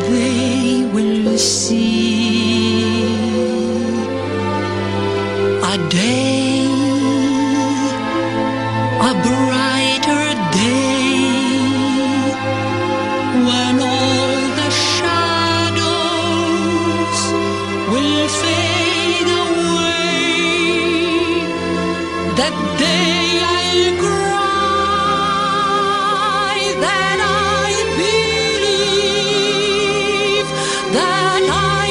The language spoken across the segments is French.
they will see a day, a brighter day, when all the shadows will fade away. That day I'll cry that I believe, that I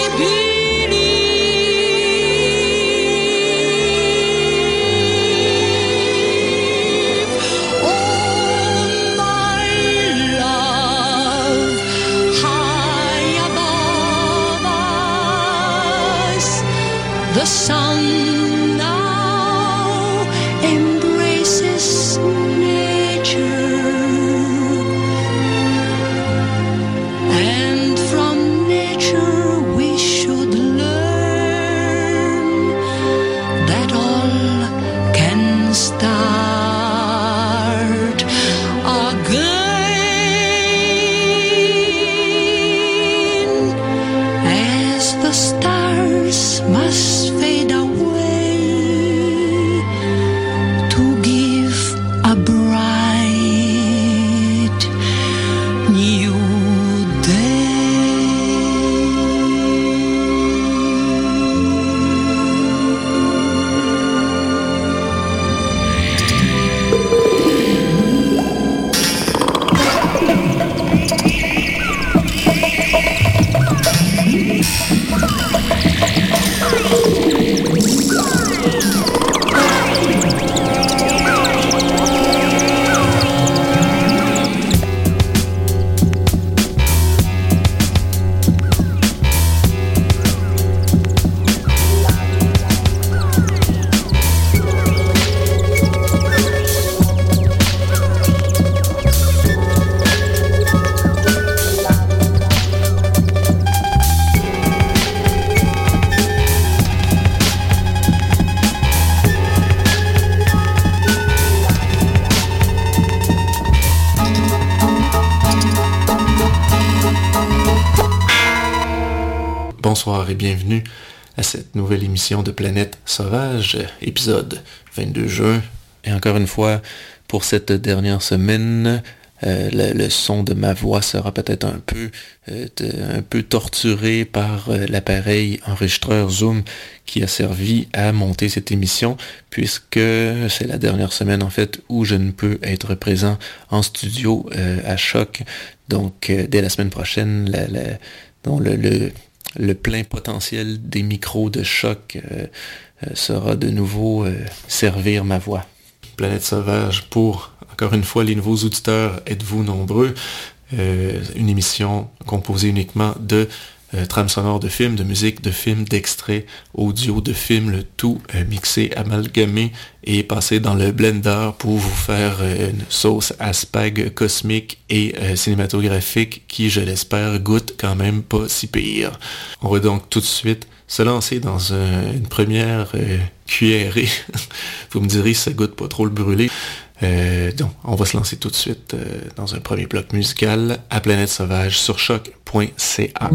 believe. Oh, my love, high above us, the sun now embraces nature, and from nature we should learn that all can start again, as the stars must fade away to give a bright new Bonsoir et bienvenue à cette nouvelle émission de Planète Sauvage, épisode 22 juin. Et encore une fois, pour cette dernière semaine, le son de ma voix sera peut-être un peu torturé par l'appareil enregistreur Zoom qui a servi à monter cette émission, puisque c'est la dernière semaine en fait où je ne peux être présent en studio à Choc. Donc dès la semaine prochaine, le plein potentiel des micros de Choc sera de nouveau servir ma voix. Planète Sauvage, pour, encore une fois, les nouveaux auditeurs, êtes-vous nombreux? Une émission composée uniquement de trames sonores de films, de musique, de films, d'extraits audio, de films, le tout mixé, amalgamé et passé dans le blender pour vous faire une sauce à spag cosmique et cinématographique qui, je l'espère, goûte quand même pas si pire. On va donc tout de suite se lancer dans une première cuillerée. Vous me direz si ça goûte pas trop le brûlé. Donc, on va se lancer tout de suite dans un premier bloc musical à Planète Sauvage sur choc.ca.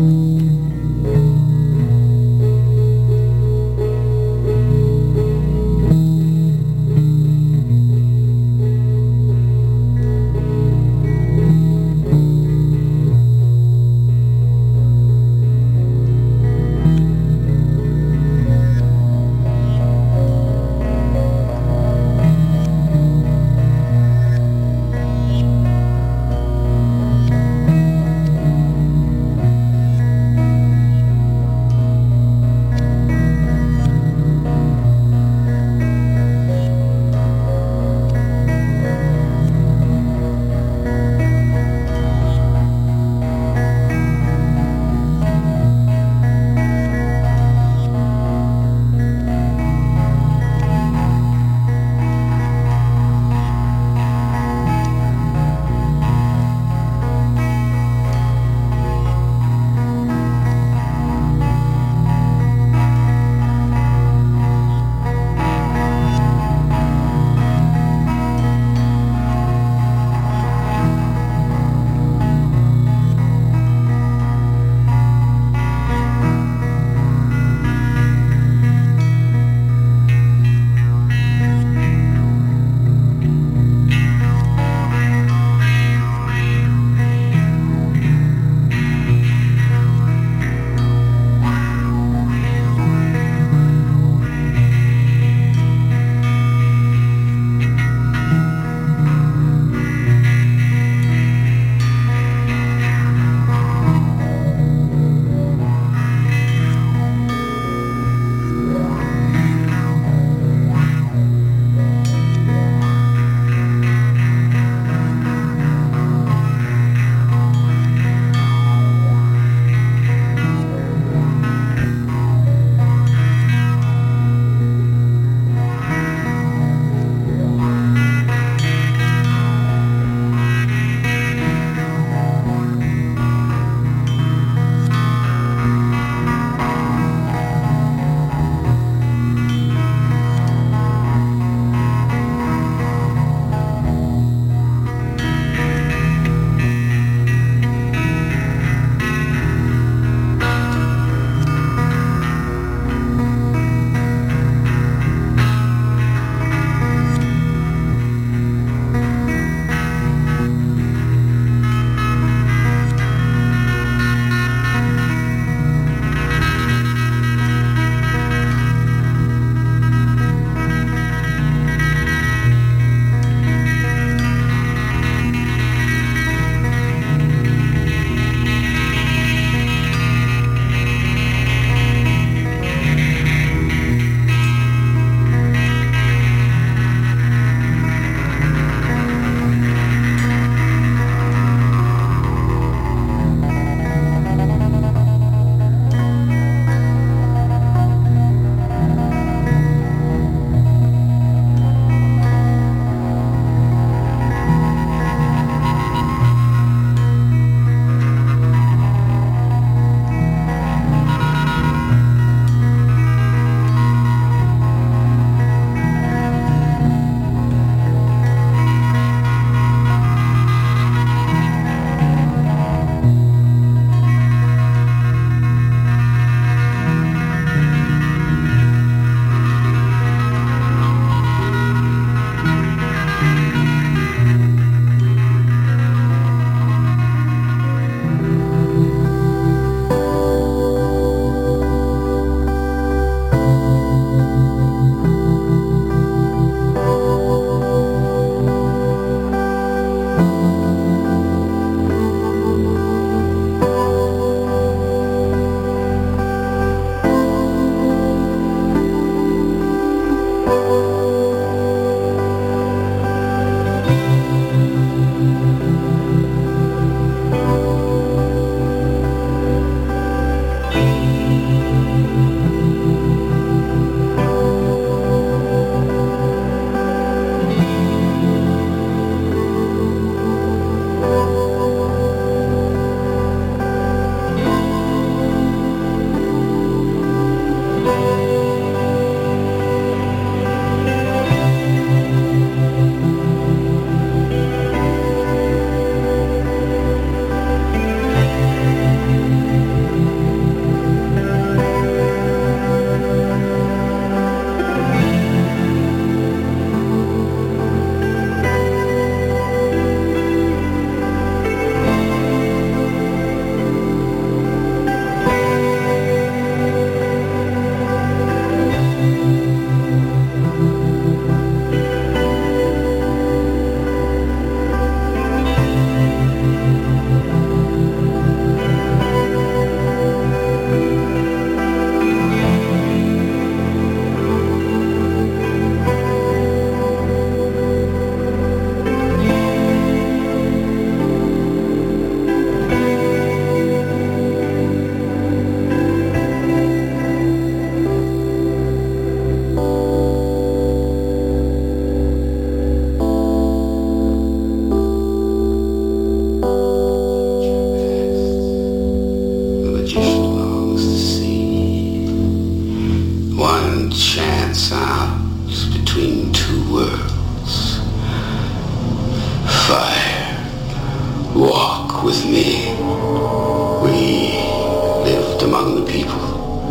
walk with me. We lived among the people.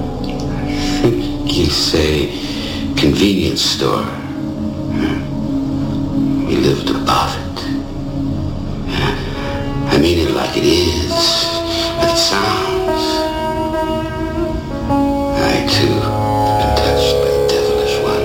You say convenience store. We lived above it. I mean it like it is, like it sounds. I too have been touched by the devilish one.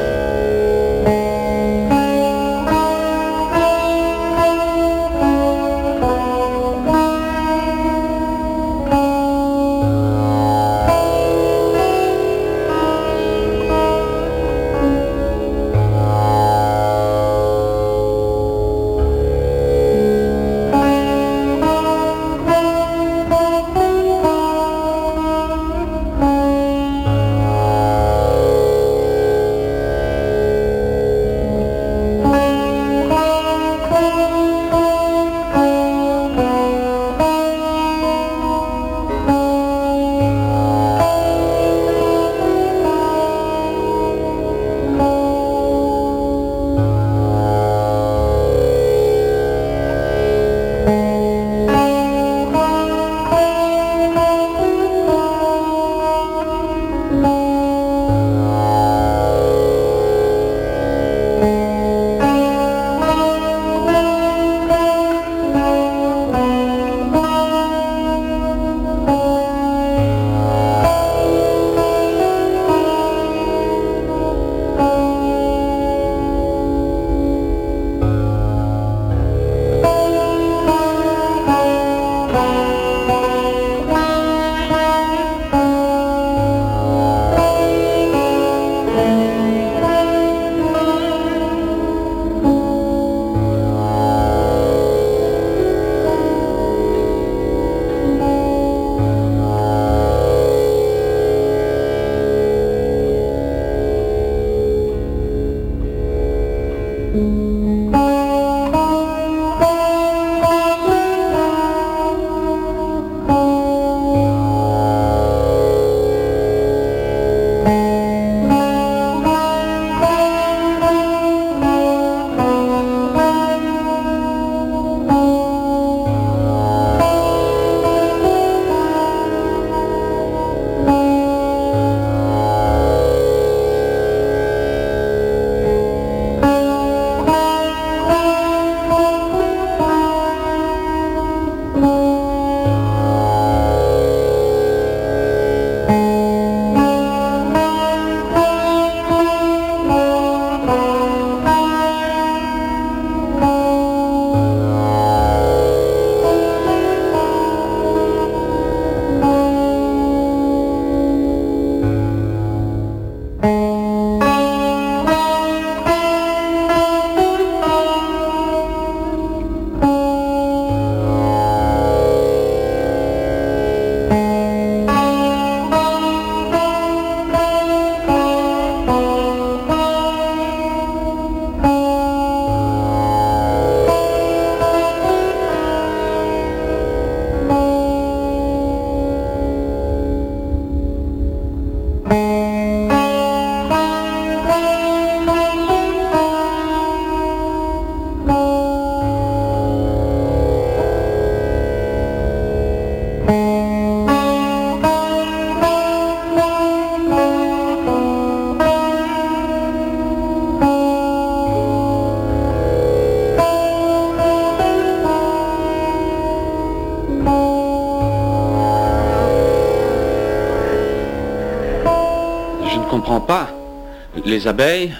Pas. Les abeilles,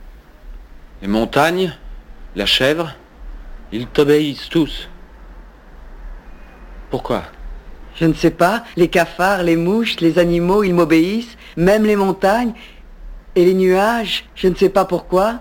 les montagnes, la chèvre, ils t'obéissent tous. Pourquoi? Je ne sais pas. Les cafards, les mouches, les animaux, ils m'obéissent. Même les montagnes et les nuages. Je ne sais pas pourquoi.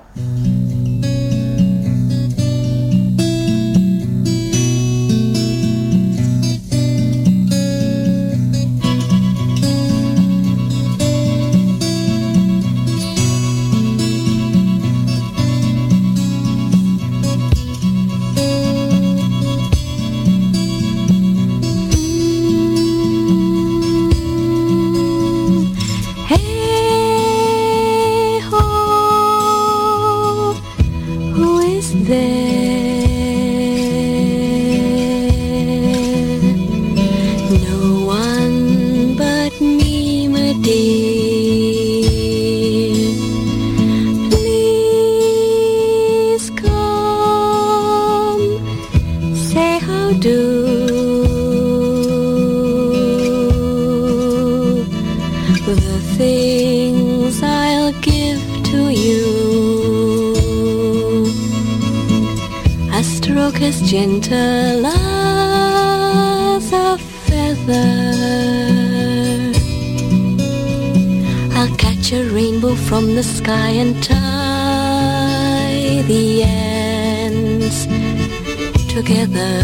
Hey ho, walk as gentle as a feather. I'll catch a rainbow from the sky and tie the ends together.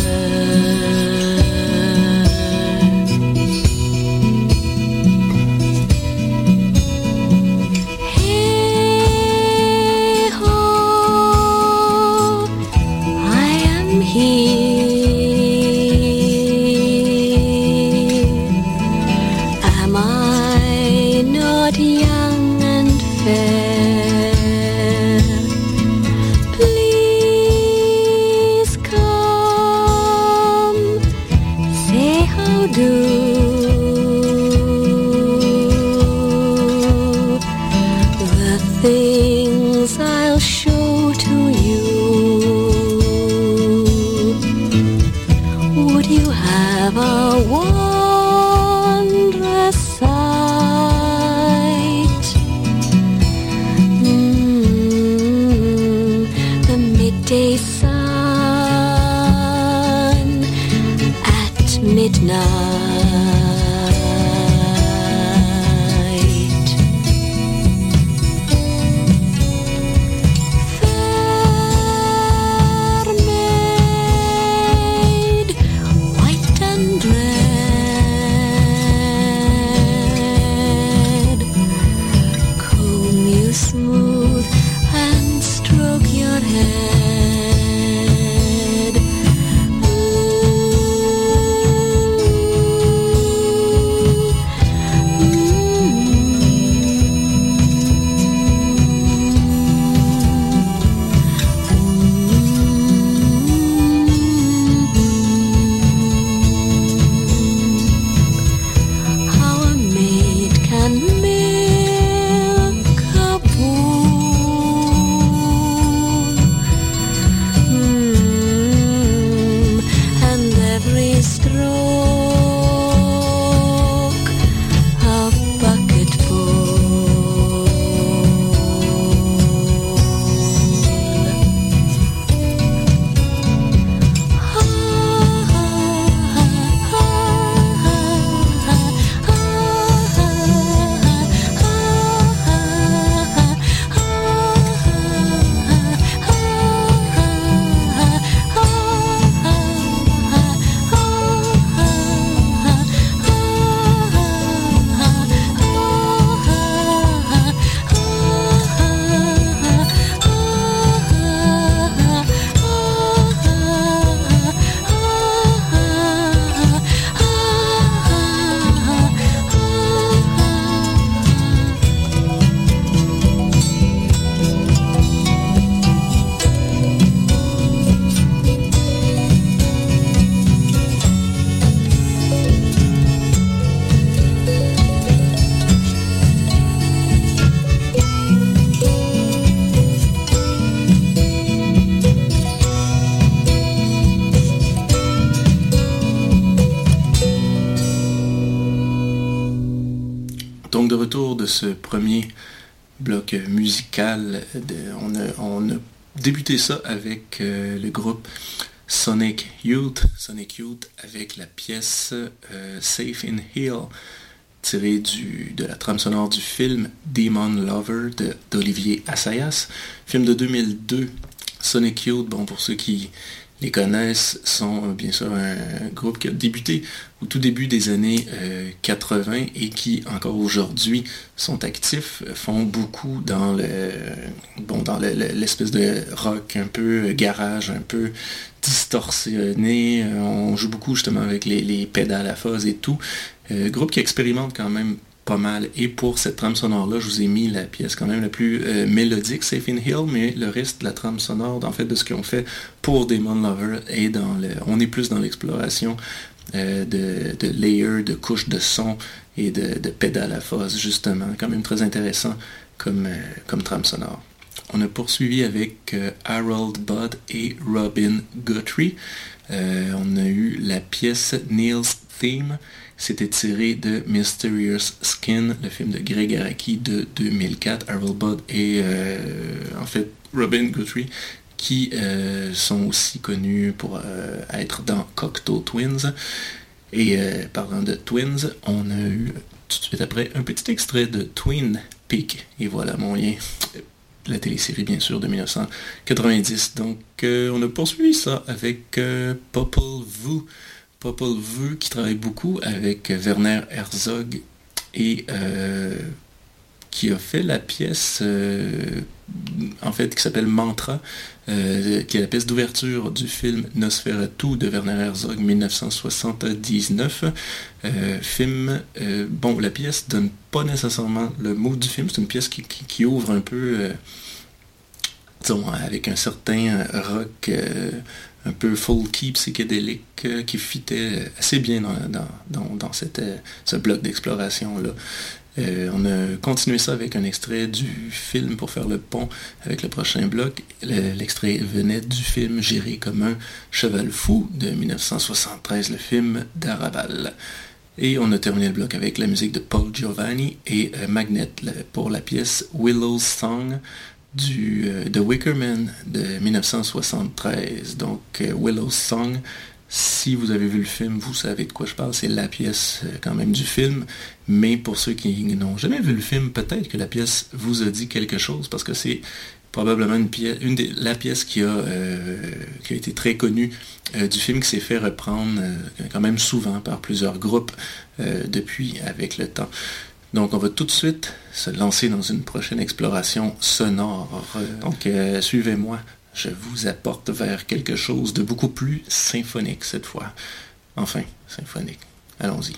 De ce premier bloc musical, on a débuté ça avec le groupe Sonic Youth avec la pièce Safe in Hill, tirée de la trame sonore du film Demon Lover d'Olivier Assayas, film de 2002. Sonic Youth, bon, pour ceux qui les connaissent, sont bien sûr un groupe qui a débuté au tout début des années 80 et qui encore aujourd'hui sont actifs, font beaucoup dans l'espèce de rock un peu garage, un peu distorsionné. On joue beaucoup justement avec les pédales à fuzz et tout. Groupe qui expérimente quand même pas mal. Et pour cette trame sonore-là, je vous ai mis la pièce quand même la plus mélodique, Safe in Hill, mais le reste de la trame sonore, en fait, de ce qu'ils ont fait pour Demon Lover, on est plus dans l'exploration de layers, de couches de son et de pédales à fuzz, justement. Quand même très intéressant comme trame sonore. On a poursuivi avec Harold Budd et Robin Guthrie. On a eu la pièce Neil's Theme. C'était tiré de Mysterious Skin, le film de Greg Araki de 2004. Harold Budd et en fait Robin Guthrie, qui sont aussi connus pour être dans Cocteau Twins. Et parlant de Twins, on a eu tout de suite après un petit extrait de Twin Peak. Et voilà mon lien. La télésérie, bien sûr, de 1990. Donc, on a poursuivi ça avec Popol Vuh. Popol Vuh qui travaille beaucoup avec Werner Herzog et qui a fait la pièce, en fait, qui s'appelle Mantra, qui est la pièce d'ouverture du film Nosferatu de Werner Herzog, 1979. Bon, la pièce donne pas nécessairement le mot du film, c'est une pièce qui ouvre un peu, disons, avec un certain rock un peu folky, psychédélique, qui fitait assez bien dans ce bloc d'exploration-là. On a continué ça avec un extrait du film pour faire le pont avec le prochain bloc. L'extrait venait du film Géré comme un cheval fou de 1973, le film d'Arabal. Et on a terminé le bloc avec la musique de Paul Giovanni et Magnet pour la pièce Willow's Song de Wicker Man de 1973. Donc Willow's Song, si vous avez vu le film, vous savez de quoi je parle, c'est la pièce quand même du film, mais pour ceux qui n'ont jamais vu le film, peut-être que la pièce vous a dit quelque chose, parce que c'est probablement la pièce qui a été très connue du film, qui s'est fait reprendre quand même souvent par plusieurs groupes depuis avec le temps. Donc on va tout de suite se lancer dans une prochaine exploration sonore. Donc suivez-moi. Je vous apporte vers quelque chose de beaucoup plus symphonique cette fois. Enfin, symphonique. Allons-y.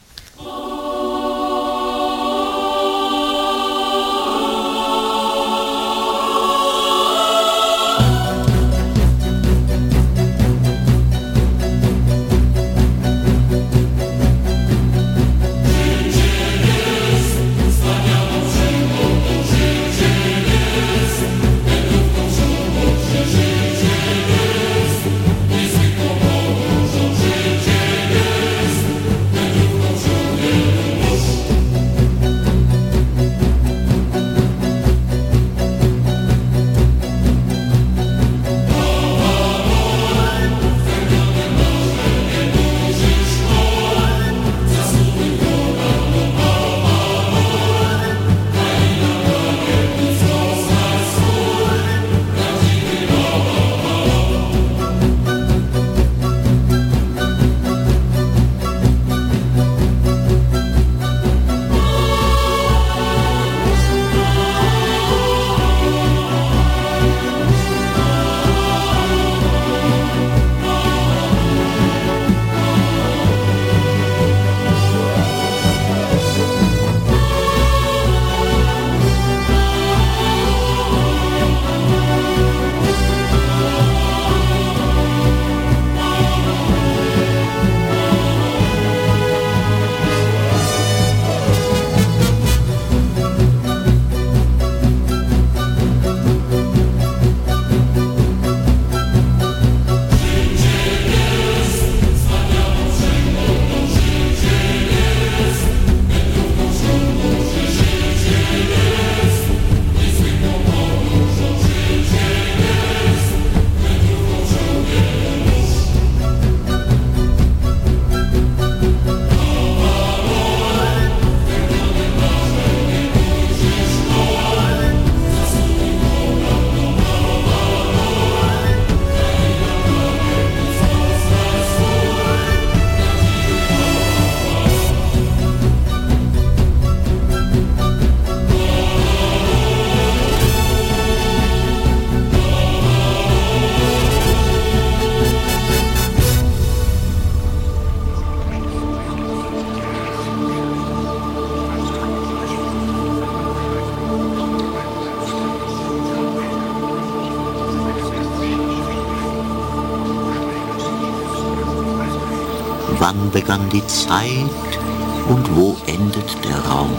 Wann begann die Zeit und wo endet der Raum?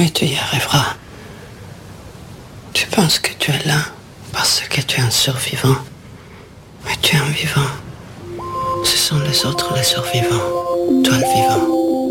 Oui, tu y arriveras. Tu penses que tu es là parce que tu es un survivant. Mais tu es un vivant. Ce sont les autres les survivants. Toi le vivant.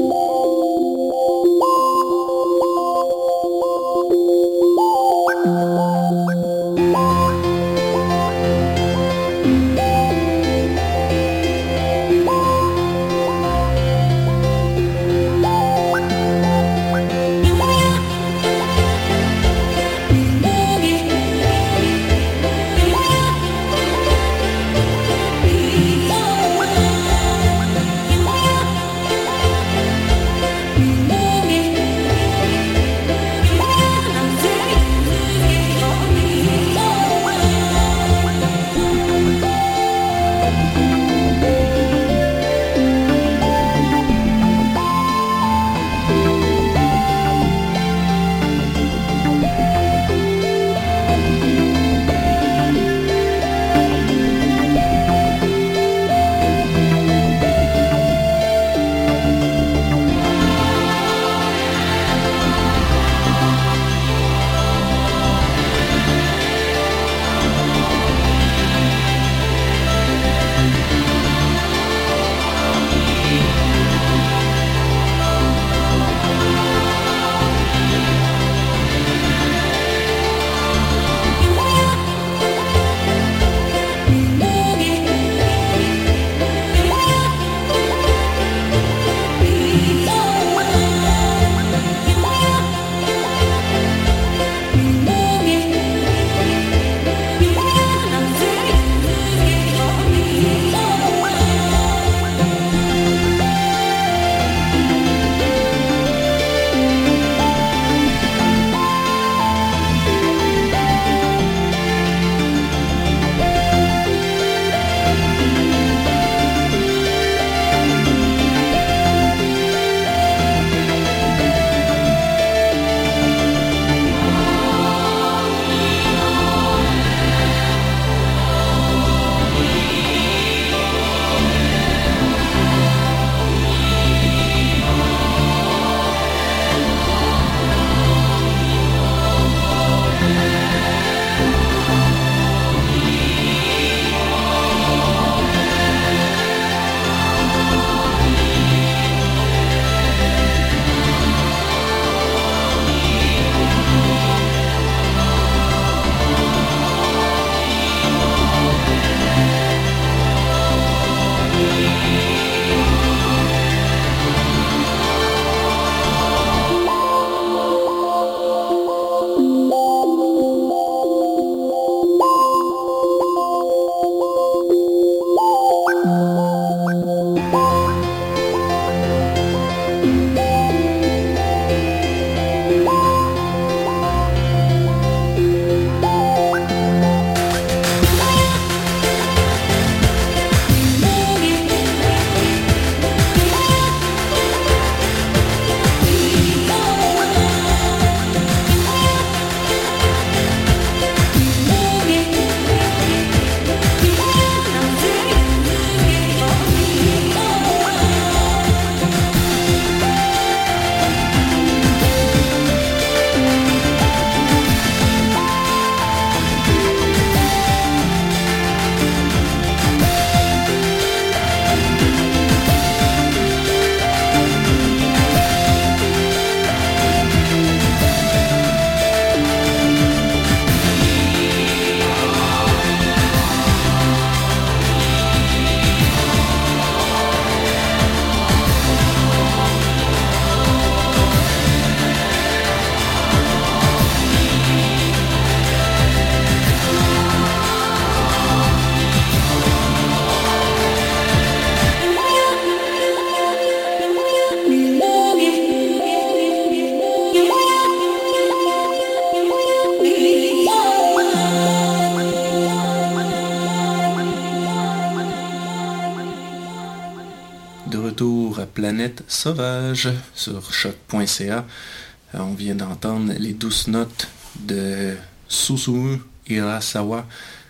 Planète sauvage sur choc.ca. On vient d'entendre les douces notes de Susumu Hirasawa,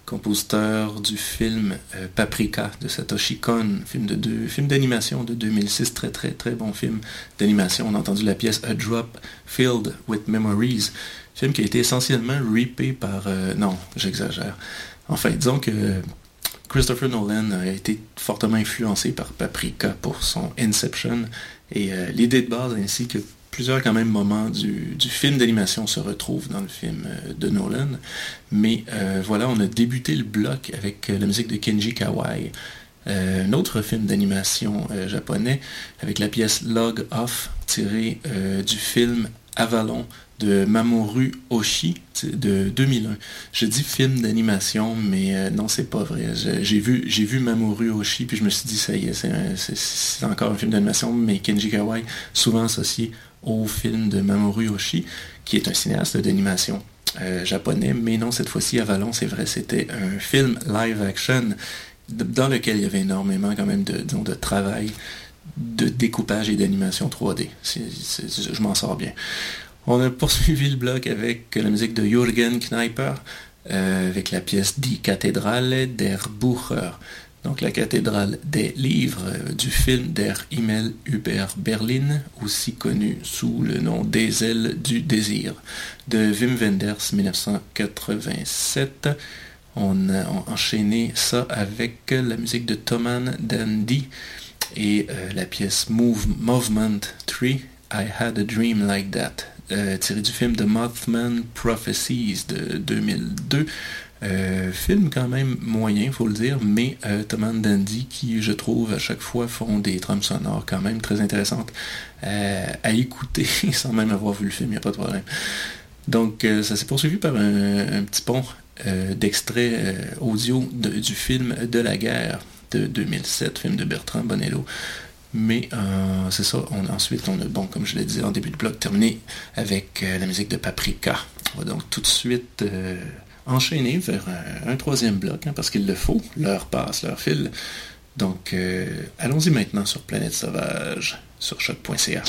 compositeur du film Paprika de Satoshi Kon, film d'animation de 2006, très très très bon film d'animation. On a entendu la pièce A Drop Filled with Memories, film qui a été essentiellement reapé par... non, j'exagère. Enfin, disons que Christopher Nolan a été fortement influencé par Paprika pour son Inception, et l'idée de base ainsi que plusieurs quand même moments du film d'animation se retrouvent dans le film de Nolan. Mais voilà, on a débuté le bloc avec la musique de Kenji Kawai, un autre film d'animation japonais, avec la pièce Log Off, tirée du film Avalon de Mamoru Oshii de 2001. Je dis film d'animation, mais non, c'est pas vrai. J'ai vu Mamoru Oshii, puis je me suis dit, ça y est, c'est encore un film d'animation, mais Kenji Kawai, souvent associé au film de Mamoru Oshii, qui est un cinéaste d'animation japonais, mais non, cette fois-ci, Avalon, c'est vrai, c'était un film live-action dans lequel il y avait énormément quand même de travail, de découpage et d'animation 3D. Je m'en sors bien. On a poursuivi le bloc avec la musique de Jürgen Kneiper, avec la pièce Die Kathedrale der Bücher, donc la cathédrale des livres, du film Der Himmel über Berlin, aussi connu sous le nom Des ailes du désir, de Wim Wenders, 1987. On a enchaîné ça avec la musique de Thomann Dandy et la pièce Movement 3, I Had a Dream Like That, tiré du film The Mothman Prophecies de 2002. Film quand même moyen, faut le dire, mais Thomann Dandy, qui je trouve à chaque fois font des trames sonores quand même très intéressantes à écouter sans même avoir vu le film, il n'y a pas de problème. Donc ça s'est poursuivi par un petit pont d'extraits audio du film De la guerre de 2007, film de Bertrand Bonello. Mais c'est ça, ensuite on a, bon, comme je l'ai dit en début de bloc, terminé avec la musique de Paprika. On va donc tout de suite enchaîner vers un troisième bloc, hein, parce qu'il le faut, l'heure passe, l'heure file. Donc allons-y maintenant sur Planète Sauvage, sur choc.ca.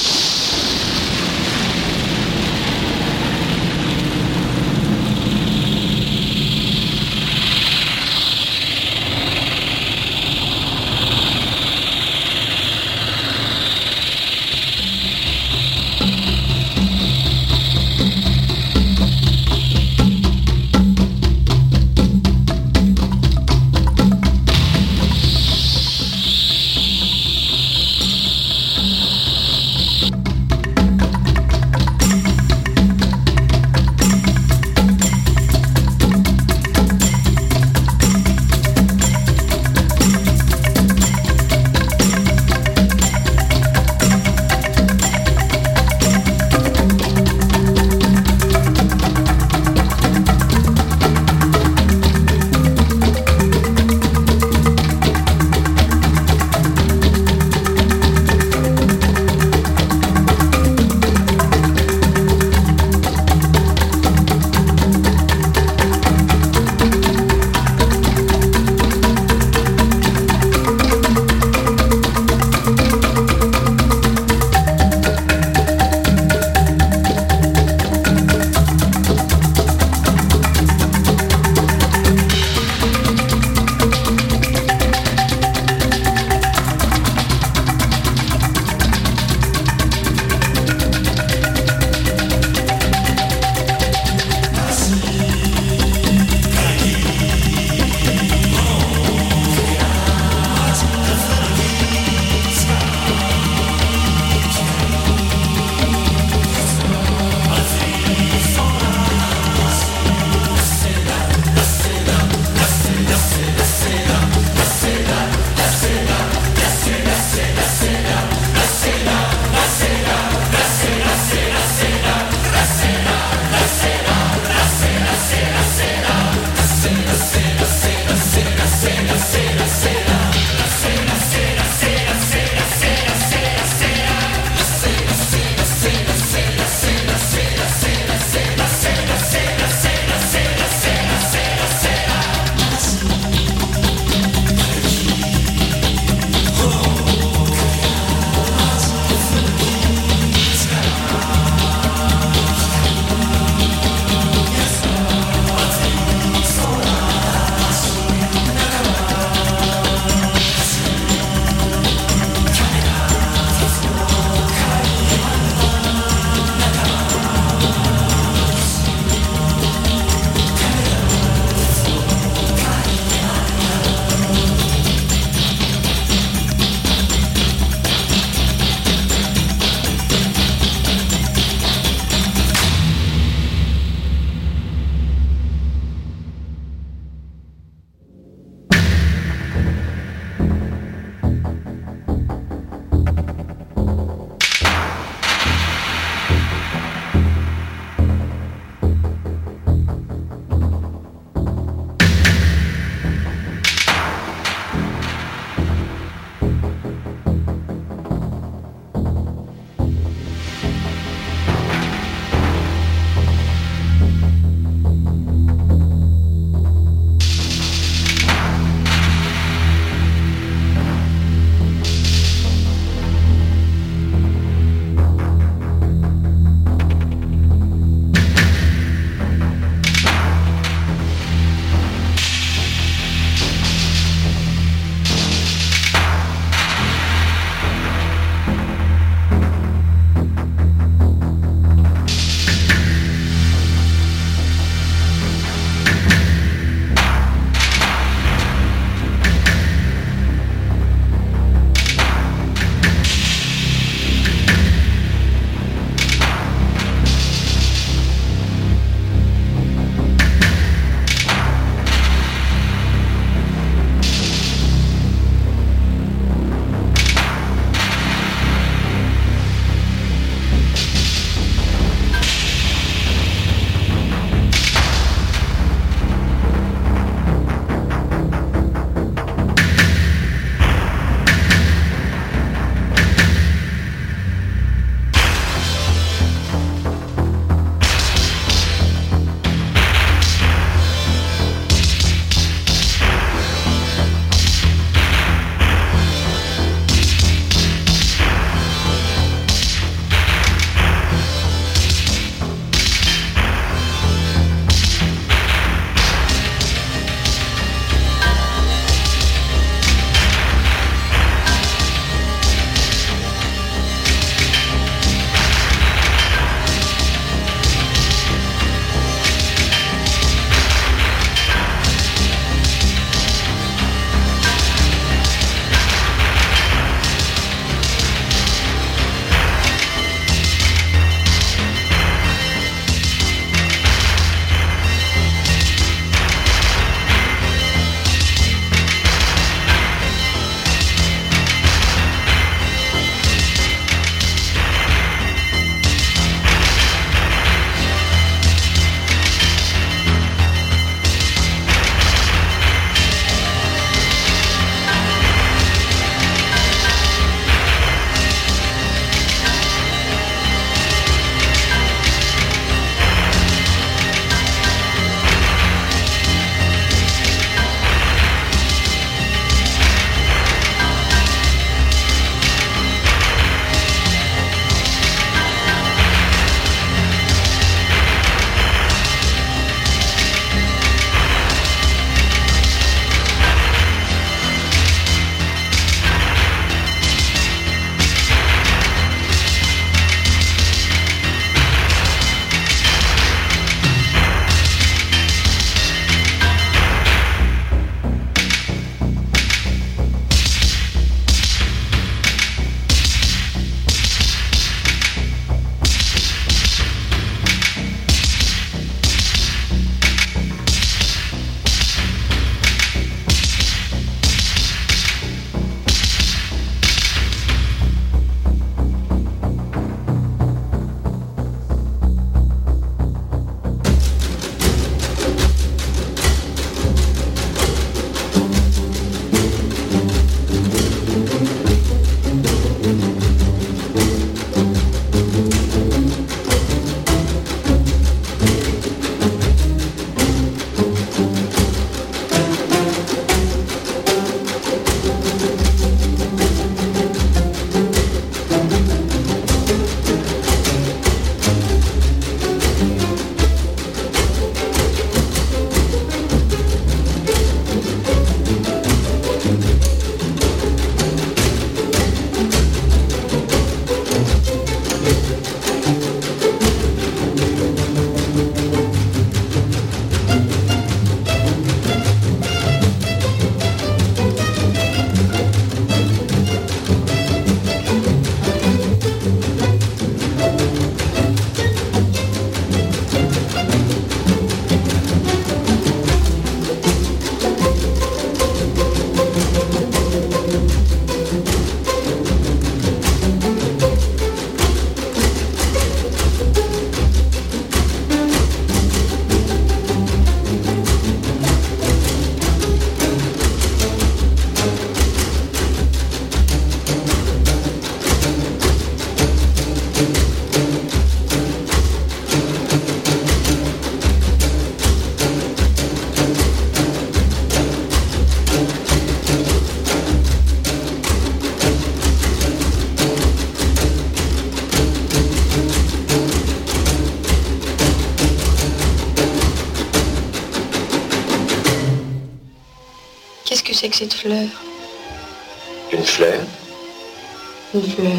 petite fleur. Une fleur? Une fleur.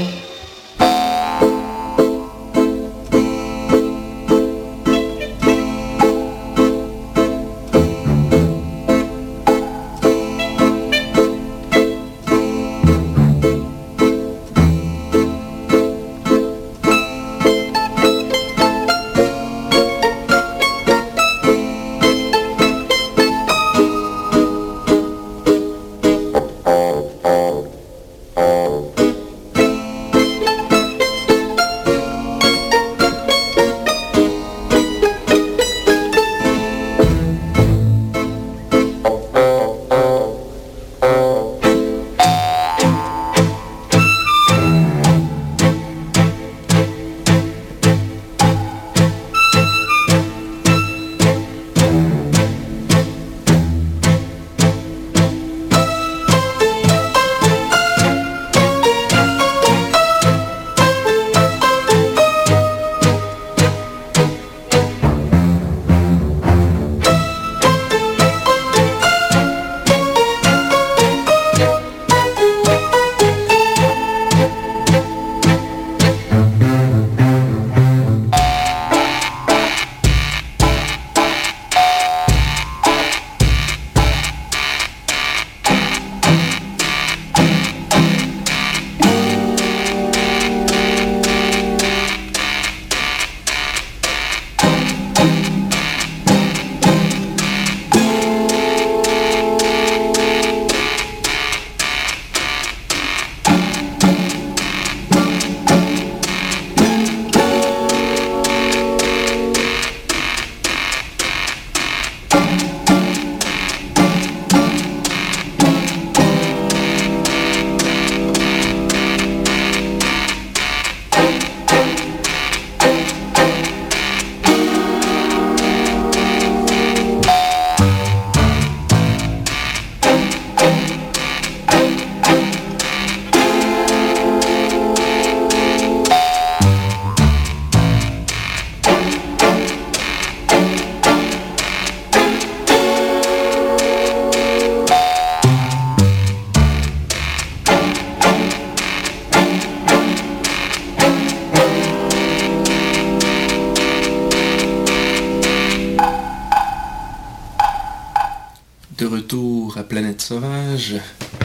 De retour à Planète Sauvage.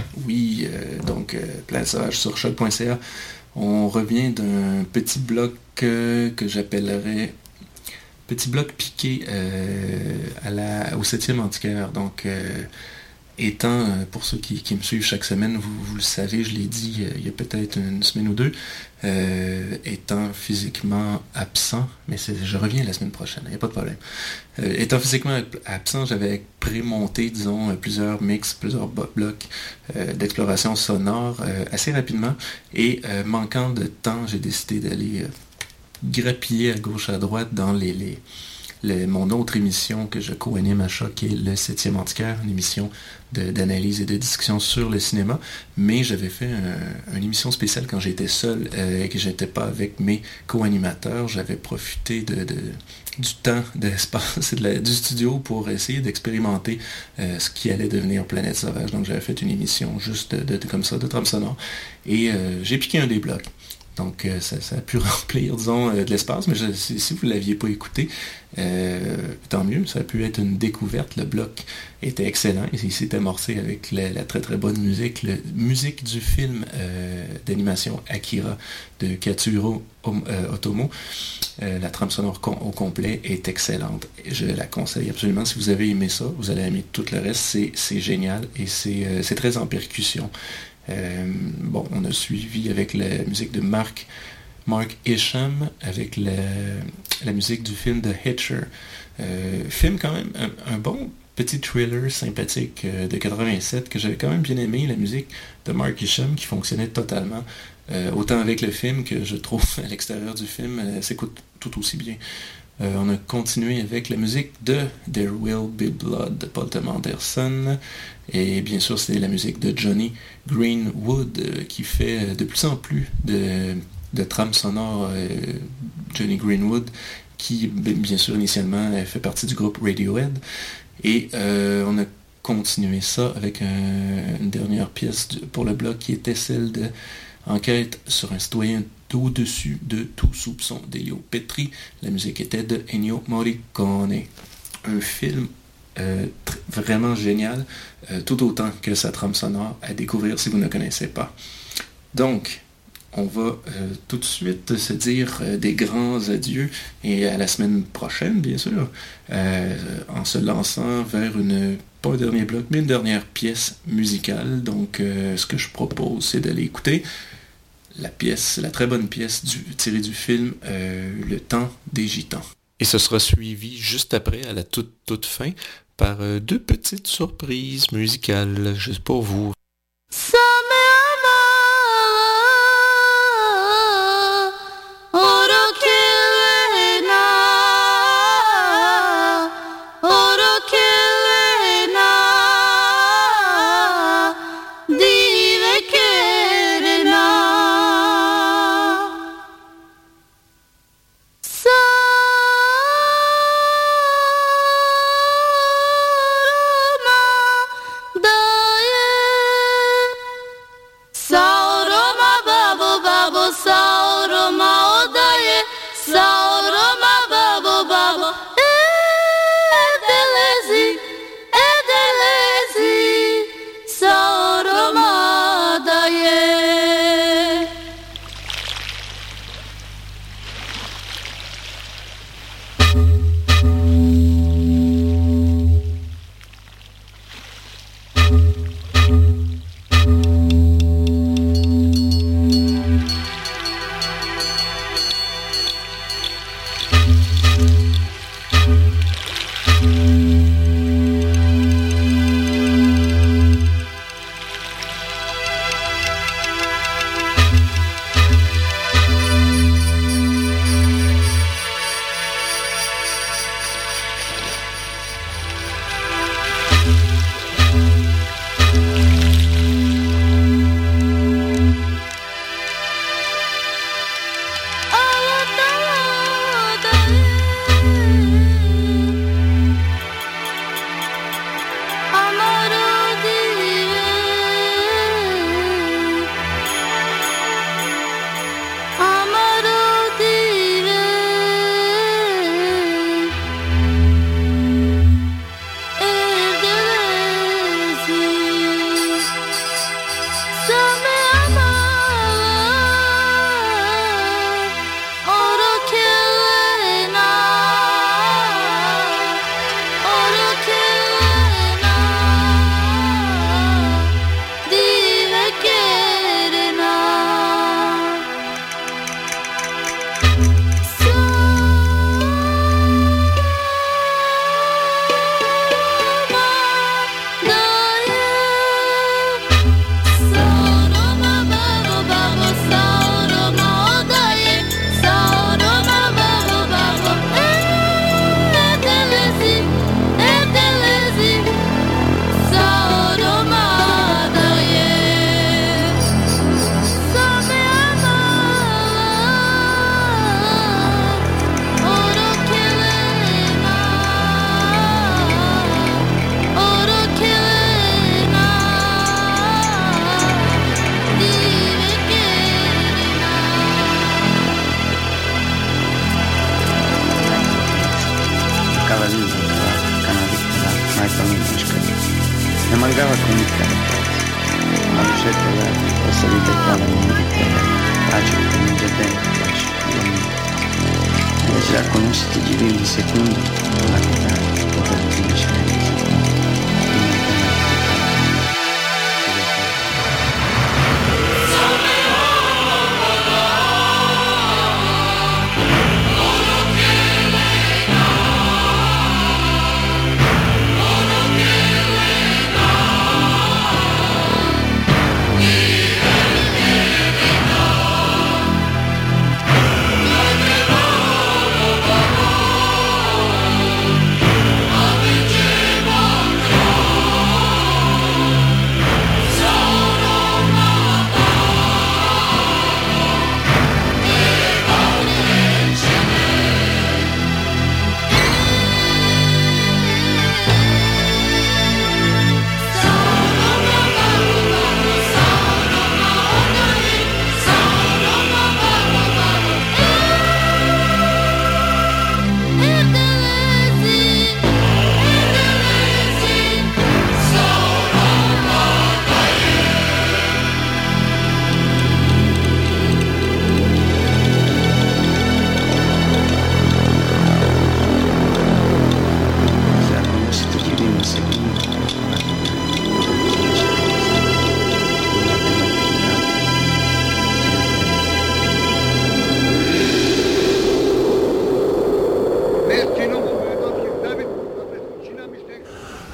Oui, Planète Sauvage sur choc.ca. On revient d'un petit bloc que j'appellerais petit bloc piqué au 7e antiquaire. Donc, étant, pour ceux qui me suivent chaque semaine, vous le savez, je l'ai dit il y a peut-être une semaine ou deux, étant physiquement absent, mais je reviens la semaine prochaine, il n'y a pas de problème. Étant physiquement absent, j'avais prémonté, disons, plusieurs mix, plusieurs blocs d'exploration sonore assez rapidement, et manquant de temps, j'ai décidé d'aller grappiller à gauche à droite dans mon autre émission que je co-anime à Choc, qui est le 7e antiquaire, une émission d'analyse et de discussion sur le cinéma, mais j'avais fait une émission spéciale quand j'étais seul et que j'étais pas avec mes co-animateurs. J'avais profité du temps, de l'espace et du studio pour essayer d'expérimenter ce qui allait devenir Planète Sauvage. Donc j'avais fait une émission juste comme ça, de trame sonore, et j'ai piqué un des blocs. Donc, ça a pu remplir, disons, de l'espace, mais si vous ne l'aviez pas écouté, tant mieux, ça a pu être une découverte. Le bloc était excellent, il s'est amorcé avec la très très bonne musique, la musique du film d'animation Akira de Katsuhiro Otomo. La trame sonore au complet est excellente. Je la conseille absolument. Si vous avez aimé ça, vous allez aimer tout le reste. C'est génial et c'est très en percussion. On a suivi avec la musique de Mark Isham, avec la musique du film The Hitcher. Film quand même, un bon petit thriller sympathique de 87 que j'avais quand même bien aimé, la musique de Mark Isham qui fonctionnait totalement, autant avec le film que je trouve à l'extérieur du film, s'écoute tout aussi bien. On a continué avec la musique de There Will Be Blood de Paul Thomas Anderson, et bien sûr c'est la musique de Johnny Greenwood qui fait de plus en plus de trames sonores. Johnny Greenwood qui bien sûr initialement fait partie du groupe Radiohead, et on a continuer ça avec une dernière pièce pour le bloc qui était celle de Enquête sur un citoyen d'au-dessus de tout soupçon d'Elio Petri. La musique était de Ennio Morricone. Un film vraiment génial, tout autant que sa trame sonore, à découvrir si vous ne connaissez pas. Donc, on va tout de suite se dire des grands adieux et à la semaine prochaine, bien sûr, en se lançant vers pas un dernier bloc, mais une dernière pièce musicale. Donc, ce que je propose, c'est d'aller écouter la très bonne pièce tirée du film Le Temps des Gitans. Et ce sera suivi juste après, à la toute fin, par deux petites surprises musicales, juste pour vous.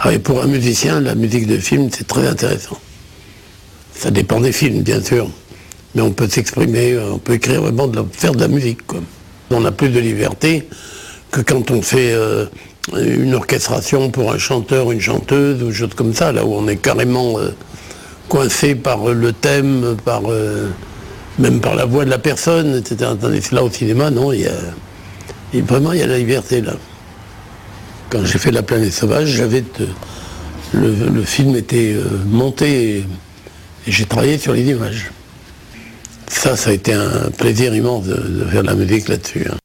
Ah, et pour un musicien, la musique de film, c'est très intéressant. Ça dépend des films, bien sûr. Mais on peut s'exprimer, on peut écrire vraiment, faire de la musique, quoi. On a plus de liberté que quand on fait une orchestration pour un chanteur, une chanteuse, ou choses comme ça, là où on est carrément coincé par le thème, même par la voix de la personne, etc. Tandis que là, au cinéma, non, vraiment, il y a la liberté, là. Quand j'ai fait La Planète Sauvage, le film était monté et j'ai travaillé sur les images. Ça a été un plaisir immense de faire de la musique là-dessus.